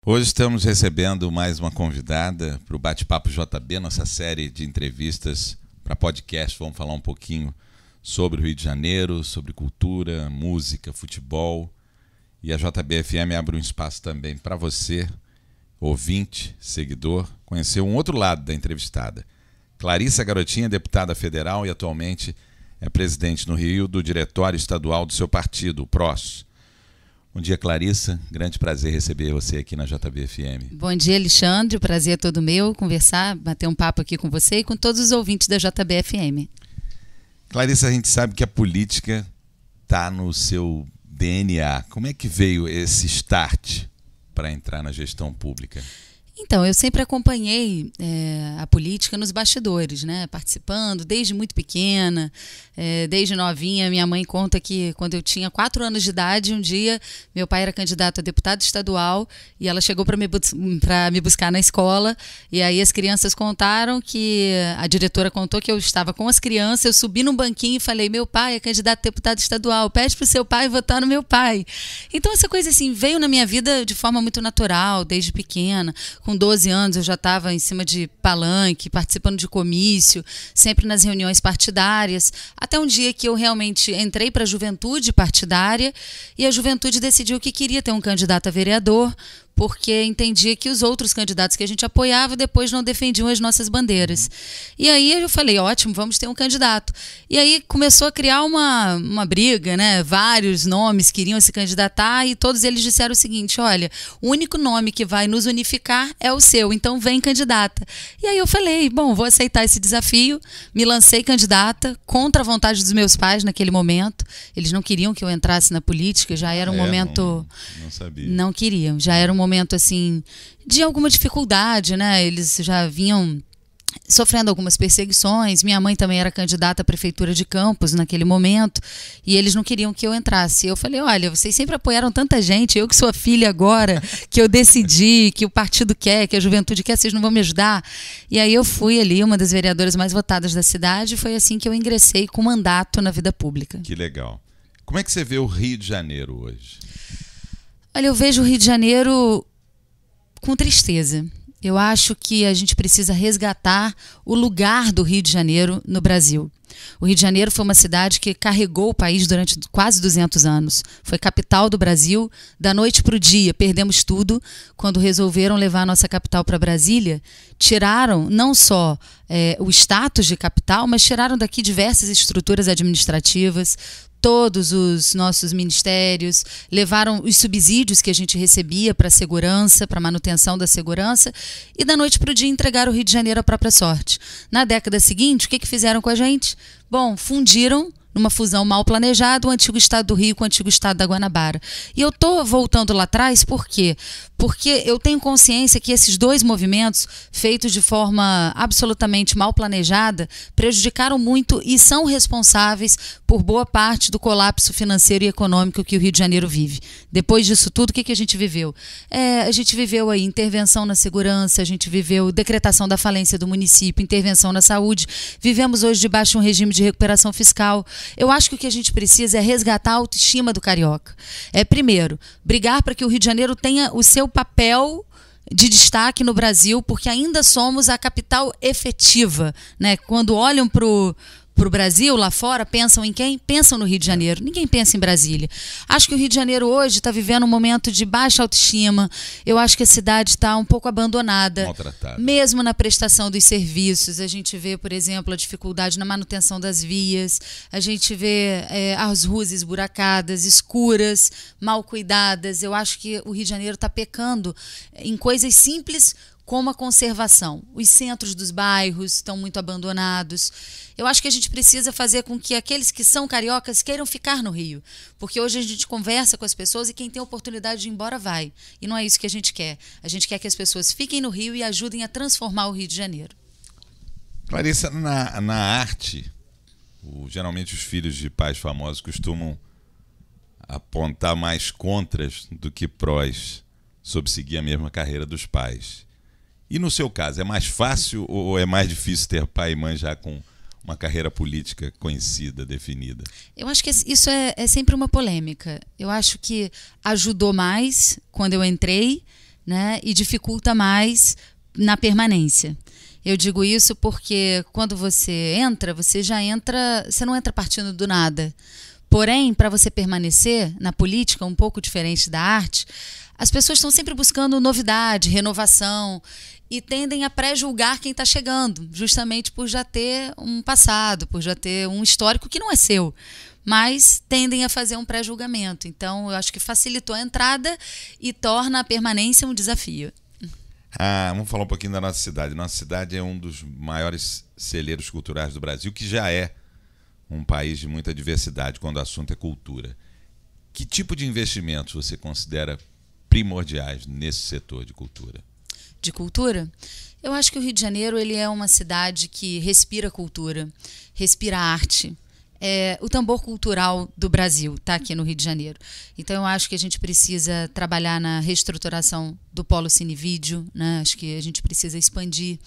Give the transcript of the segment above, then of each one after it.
Hoje estamos recebendo mais uma convidada para o Bate-Papo JB, nossa série de entrevistas para podcast. Vamos falar um pouquinho sobre o Rio de Janeiro, sobre cultura, música, futebol. E a JB-FM abre um espaço também para você, ouvinte, seguidor, conhecer um outro lado da entrevistada. Clarissa Garotinha é deputada federal e atualmente é presidente no Rio do Diretório Estadual do seu partido, o PROS. Bom dia, Clarissa. Grande prazer receber você aqui na JB-FM. Bom dia, Alexandre. O prazer é todo meu conversar, bater um papo aqui com você e com todos os ouvintes da JB-FM. Clarissa, a gente sabe que a política está no seu DNA. Como é que veio esse start para entrar na gestão pública? Então, eu sempre acompanhei a política nos bastidores, né? Participando desde muito pequena, desde novinha. Minha mãe conta que quando eu tinha 4 anos de idade, um dia meu pai era candidato a deputado estadual e ela chegou para me buscar na escola. E aí as crianças contaram que a diretora contou que eu estava com as crianças, eu subi num banquinho e falei: meu pai é candidato a deputado estadual, pede para o seu pai votar no meu pai. Então essa coisa assim veio na minha vida de forma muito natural, desde pequena. Com 12 anos eu já estava em cima de palanque, participando de comício, sempre nas reuniões partidárias, até um dia que eu realmente entrei para a juventude partidária e a juventude decidiu que queria ter um candidato a vereador, porque entendia que os outros candidatos que a gente apoiava depois não defendiam as nossas bandeiras. E aí eu falei, ótimo, vamos ter um candidato. E aí começou a criar uma briga, né? Vários nomes queriam se candidatar e todos eles disseram o seguinte: olha, o único nome que vai nos unificar é o seu, então vem candidata. E aí eu falei, bom, vou aceitar esse desafio, me lancei candidata contra a vontade dos meus pais naquele momento. Eles não queriam que eu entrasse na política, já era um momento... Não sabia. Não queriam, já era um momento assim de alguma dificuldade, né? Eles já vinham sofrendo algumas perseguições. Minha mãe também era candidata à prefeitura de Campos naquele momento e eles não queriam que eu entrasse. Eu falei, olha, vocês sempre apoiaram tanta gente, eu que sou a filha agora, que eu decidi, que o partido quer, que a juventude quer, vocês não vão me ajudar? E aí eu fui ali uma das vereadoras mais votadas da cidade e foi assim que eu ingressei com mandato na vida pública. Que legal. Como é que você vê o Rio de Janeiro hoje? Olha, eu vejo o Rio de Janeiro com tristeza. Eu acho que a gente precisa resgatar o lugar do Rio de Janeiro no Brasil. O Rio de Janeiro foi uma cidade que carregou o país durante quase 200 anos. Foi capital do Brasil, da noite para o dia. Perdemos tudo quando resolveram levar a nossa capital para Brasília. Tiraram não só o status de capital, mas tiraram daqui diversas estruturas administrativas, todos os nossos ministérios, levaram os subsídios que a gente recebia para a segurança, para a manutenção da segurança, e da noite para o dia entregaram o Rio de Janeiro à própria sorte. Na década seguinte, o que fizeram com a gente? Bom, fundiram, numa fusão mal planejada, o antigo estado do Rio com o antigo estado da Guanabara. E eu estou voltando lá atrás, por quê? Porque eu tenho consciência que esses dois movimentos, feitos de forma absolutamente mal planejada, prejudicaram muito e são responsáveis por boa parte do colapso financeiro e econômico que o Rio de Janeiro vive. Depois disso tudo, o que a gente viveu? A gente viveu aí intervenção na segurança, a gente viveu decretação da falência do município, intervenção na saúde, vivemos hoje debaixo de um regime de recuperação fiscal. Eu acho que o que a gente precisa é resgatar a autoestima do carioca. Primeiro, brigar para que o Rio de Janeiro tenha o seu papel de destaque no Brasil, porque ainda somos a capital efetiva, né? Quando olham para o Brasil lá fora, pensam em quem? Pensam no Rio de Janeiro. Ninguém pensa em Brasília. Acho que o Rio de Janeiro hoje está vivendo um momento de baixa autoestima. Eu acho que a cidade está um pouco abandonada. Maltratada. Mesmo na prestação dos serviços. A gente vê, por exemplo, a dificuldade na manutenção das vias. A gente vê as ruas esburacadas, escuras, mal cuidadas. Eu acho que o Rio de Janeiro está pecando em coisas simples como a conservação. Os centros dos bairros estão muito abandonados. Eu acho que a gente precisa fazer com que aqueles que são cariocas queiram ficar no Rio. Porque hoje a gente conversa com as pessoas e quem tem a oportunidade de ir embora vai. E não é isso que a gente quer. A gente quer que as pessoas fiquem no Rio e ajudem a transformar o Rio de Janeiro. Clarissa, na arte, geralmente os filhos de pais famosos costumam apontar mais contras do que prós sobre seguir a mesma carreira dos pais. E no seu caso, é mais fácil ou é mais difícil ter pai e mãe já com uma carreira política conhecida, definida? Eu acho que isso é sempre uma polêmica. Eu acho que ajudou mais quando eu entrei, né, e dificulta mais na permanência. Eu digo isso porque quando você entra, você não entra partindo do nada. Porém, para você permanecer na política, um pouco diferente da arte, as pessoas estão sempre buscando novidade, renovação, e tendem a pré-julgar quem está chegando, justamente por já ter um passado, por já ter um histórico que não é seu, mas tendem a fazer um pré-julgamento. Então, eu acho que facilitou a entrada e torna a permanência um desafio. Vamos falar um pouquinho da nossa cidade. Nossa cidade é um dos maiores celeiros culturais do Brasil, que já é um país de muita diversidade quando o assunto é cultura. Que tipo de investimentos você considera primordiais nesse setor de cultura? De cultura? Eu acho que o Rio de Janeiro ele é uma cidade que respira cultura, respira arte. O tambor cultural do Brasil está aqui no Rio de Janeiro. Então eu acho que a gente precisa trabalhar na reestruturação do polo cinevídeo, né? Acho que a gente precisa expandir.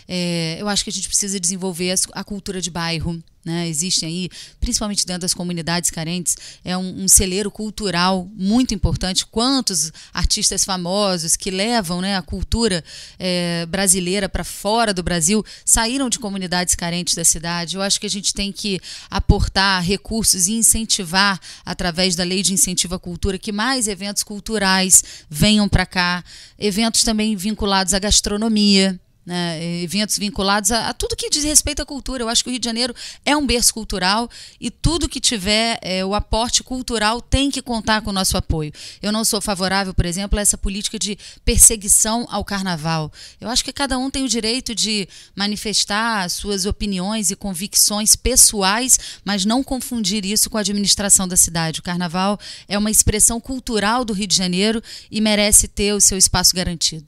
Eu acho que a gente precisa desenvolver a cultura de bairro, né? Existem aí, principalmente dentro das comunidades carentes, um celeiro cultural muito importante. Quantos artistas famosos que levam, né, a cultura brasileira para fora do Brasil saíram de comunidades carentes da cidade. Eu acho que a gente tem que aportar recursos e incentivar, através da Lei de Incentivo à Cultura, que mais eventos culturais venham para cá, eventos também vinculados à gastronomia, né, eventos vinculados a tudo que diz respeito à cultura. Eu acho que o Rio de Janeiro é um berço cultural e tudo que tiver o aporte cultural tem que contar com o nosso apoio. Eu não sou favorável, por exemplo, a essa política de perseguição ao carnaval. Eu acho que cada um tem o direito de manifestar suas opiniões e convicções pessoais, mas não confundir isso com a administração da cidade. O carnaval é uma expressão cultural do Rio de Janeiro e merece ter o seu espaço garantido.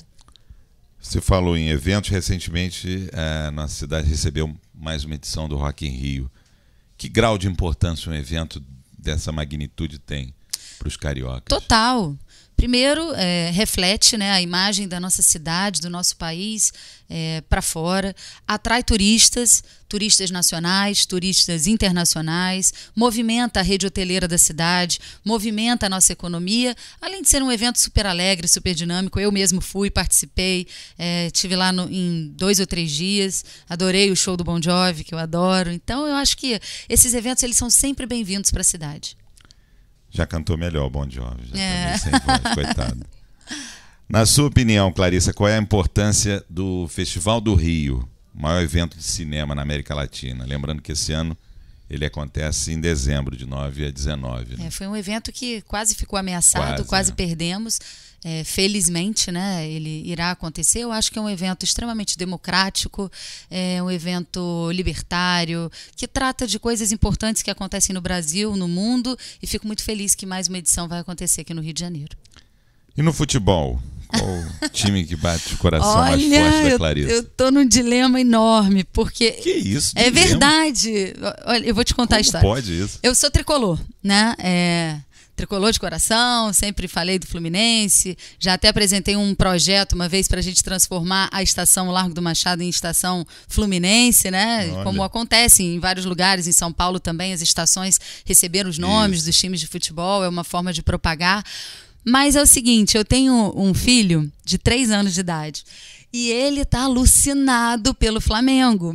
Você falou em eventos. Recentemente, a nossa cidade recebeu mais uma edição do Rock in Rio. Que grau de importância um evento dessa magnitude tem para os cariocas? Total. Primeiro, reflete, né, a imagem da nossa cidade, do nosso país para fora, atrai turistas nacionais, turistas internacionais, movimenta a rede hoteleira da cidade, movimenta a nossa economia, além de ser um evento super alegre, super dinâmico. Eu mesmo fui, participei, estive lá em 2 ou 3 dias, adorei o show do Bon Jovi, que eu adoro. Então, eu acho que esses eventos eles são sempre bem-vindos para a cidade. Já cantou melhor o Bon Jovi, já tá meio sem voz, coitado. Na sua opinião, Clarissa, qual é a importância do Festival do Rio, o maior evento de cinema na América Latina? Lembrando que esse ano ele acontece em dezembro, de 9 a 19. Né? Foi um evento que quase ficou ameaçado, quase perdemos. Felizmente, né, ele irá acontecer. Eu acho que é um evento extremamente democrático, um evento libertário, que trata de coisas importantes que acontecem no Brasil, no mundo, e fico muito feliz que mais uma edição vai acontecer aqui no Rio de Janeiro. E no futebol? Qual time que bate o coração mais forte da Clarissa? Eu tô num dilema enorme, porque... Que isso? É verdade. Olha, eu vou te contar a história. Pode isso? Eu sou tricolor, né? Tricolor de coração, sempre falei do Fluminense, já até apresentei um projeto uma vez para a gente transformar a estação Largo do Machado em estação Fluminense, né? Olha. Como acontece em vários lugares, em São Paulo também, as estações receberam os nomes dos times de futebol, é uma forma de propagar. Mas é o seguinte, eu tenho um filho de 3 anos de idade e ele tá alucinado pelo Flamengo.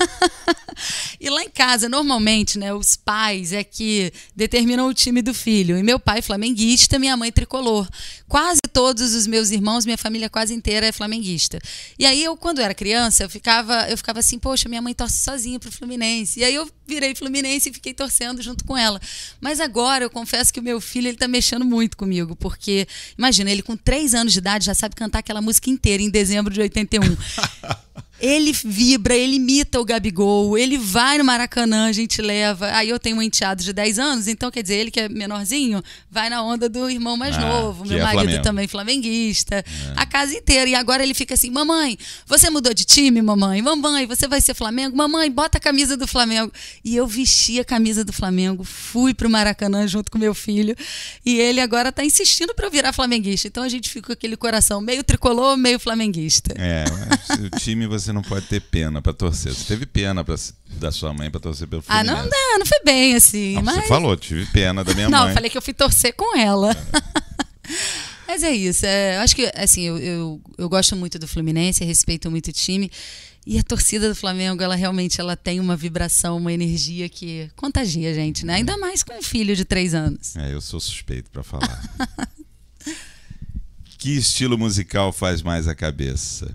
E lá em casa, normalmente, né, os pais é que determinam o time do filho. E meu pai é flamenguista, minha mãe tricolor. Quase todos os meus irmãos, minha família quase inteira é flamenguista. E aí eu, quando era criança, eu ficava assim, poxa, minha mãe torce sozinha pro Fluminense. E aí eu virei fluminense e fiquei torcendo junto com ela. Mas agora eu confesso que o meu filho, ele tá mexendo muito comigo, porque, imagina, ele com 3 anos de idade já sabe cantar aquela música inteira em dezembro de 81. Ele vibra, ele imita o Gabigol, ele vai no Maracanã, a gente leva. Aí eu tenho um enteado de 10 anos, então quer dizer, ele que é menorzinho, vai na onda do irmão mais novo. Meu marido Flamengo. Também flamenguista, a casa inteira. E agora ele fica assim, mamãe, você mudou de time, mamãe? Mamãe, você vai ser Flamengo? Mamãe, bota a camisa do Flamengo. E eu vesti a camisa do Flamengo, fui pro Maracanã junto com meu filho, e ele agora tá insistindo para eu virar flamenguista. Então a gente fica com aquele coração meio tricolor, meio flamenguista. Mas o time você não pode ter pena para torcer. Você teve pena da sua mãe para torcer pelo Fluminense? Não foi bem assim. Não, mas... Você falou, tive pena da minha mãe. Não, eu falei que eu fui torcer com ela. Mas é isso. Eu acho que, assim, eu gosto muito do Fluminense, respeito muito o time. E a torcida do Flamengo, ela realmente tem uma vibração, uma energia que contagia a gente, né? Ainda mais com um filho de 3 anos. Eu sou suspeito para falar. Que estilo musical faz mais a cabeça?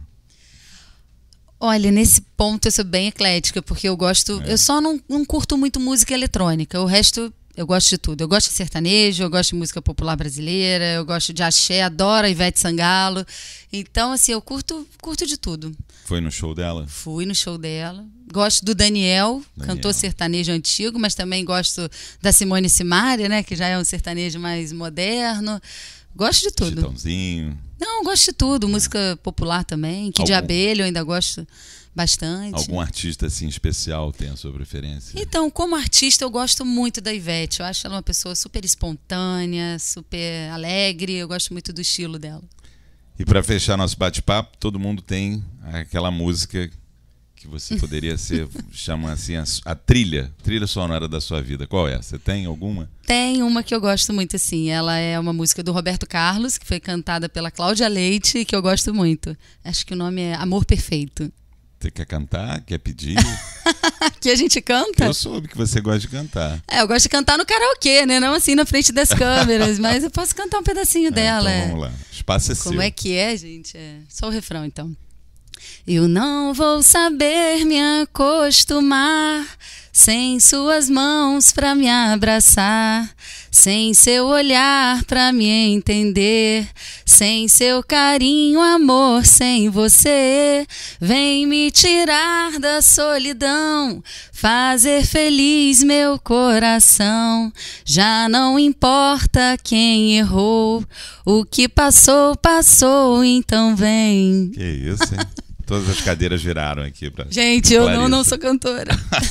Olha, nesse ponto eu sou bem eclética, porque eu gosto... Eu só não curto muito música eletrônica. O resto, eu gosto de tudo. Eu gosto de sertanejo, eu gosto de música popular brasileira, eu gosto de axé, adoro a Ivete Sangalo. Então, assim, eu curto de tudo. Foi no show dela? Fui no show dela. Gosto do Daniel, cantor sertanejo antigo, mas também gosto da Simone Simaria, né, que já é um sertanejo mais moderno. Gosto de tudo. Chitãozinho. Não, gosto de tudo. Música popular também. Kid de Abelha eu ainda gosto bastante. Algum artista assim especial tem a sua preferência? Então, como artista, eu gosto muito da Ivete. Eu acho ela uma pessoa super espontânea, super alegre. Eu gosto muito do estilo dela. E para fechar nosso bate-papo, todo mundo tem aquela música que você poderia ser, chama assim, a trilha sonora da sua vida. Qual é? Você tem alguma? Tem uma que eu gosto muito, assim. Ela é uma música do Roberto Carlos, que foi cantada pela Cláudia Leite, que eu gosto muito. Acho que o nome é Amor Perfeito. Você quer cantar? Quer pedir? Que a gente canta? Eu soube que você gosta de cantar. Eu gosto de cantar no karaokê, né? Não assim na frente das câmeras, mas eu posso cantar um pedacinho dela. Então vamos lá. O espaço é seu. Como é que é, gente? Só o refrão, então. Eu não vou saber me acostumar sem suas mãos pra me abraçar, sem seu olhar pra me entender, sem seu carinho, amor, sem você. Vem me tirar da solidão, fazer feliz meu coração. Já não importa quem errou, o que passou, passou, então vem. Que isso, hein? Todas as cadeiras viraram aqui pra Gente, eu não sou cantora.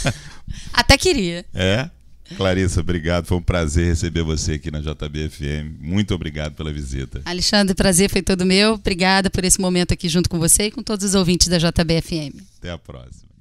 Até queria. Clarissa, obrigado. Foi um prazer receber você aqui na JB-FM. Muito obrigado pela visita. Alexandre, prazer foi todo meu. Obrigada por esse momento aqui junto com você e com todos os ouvintes da JB-FM. Até a próxima.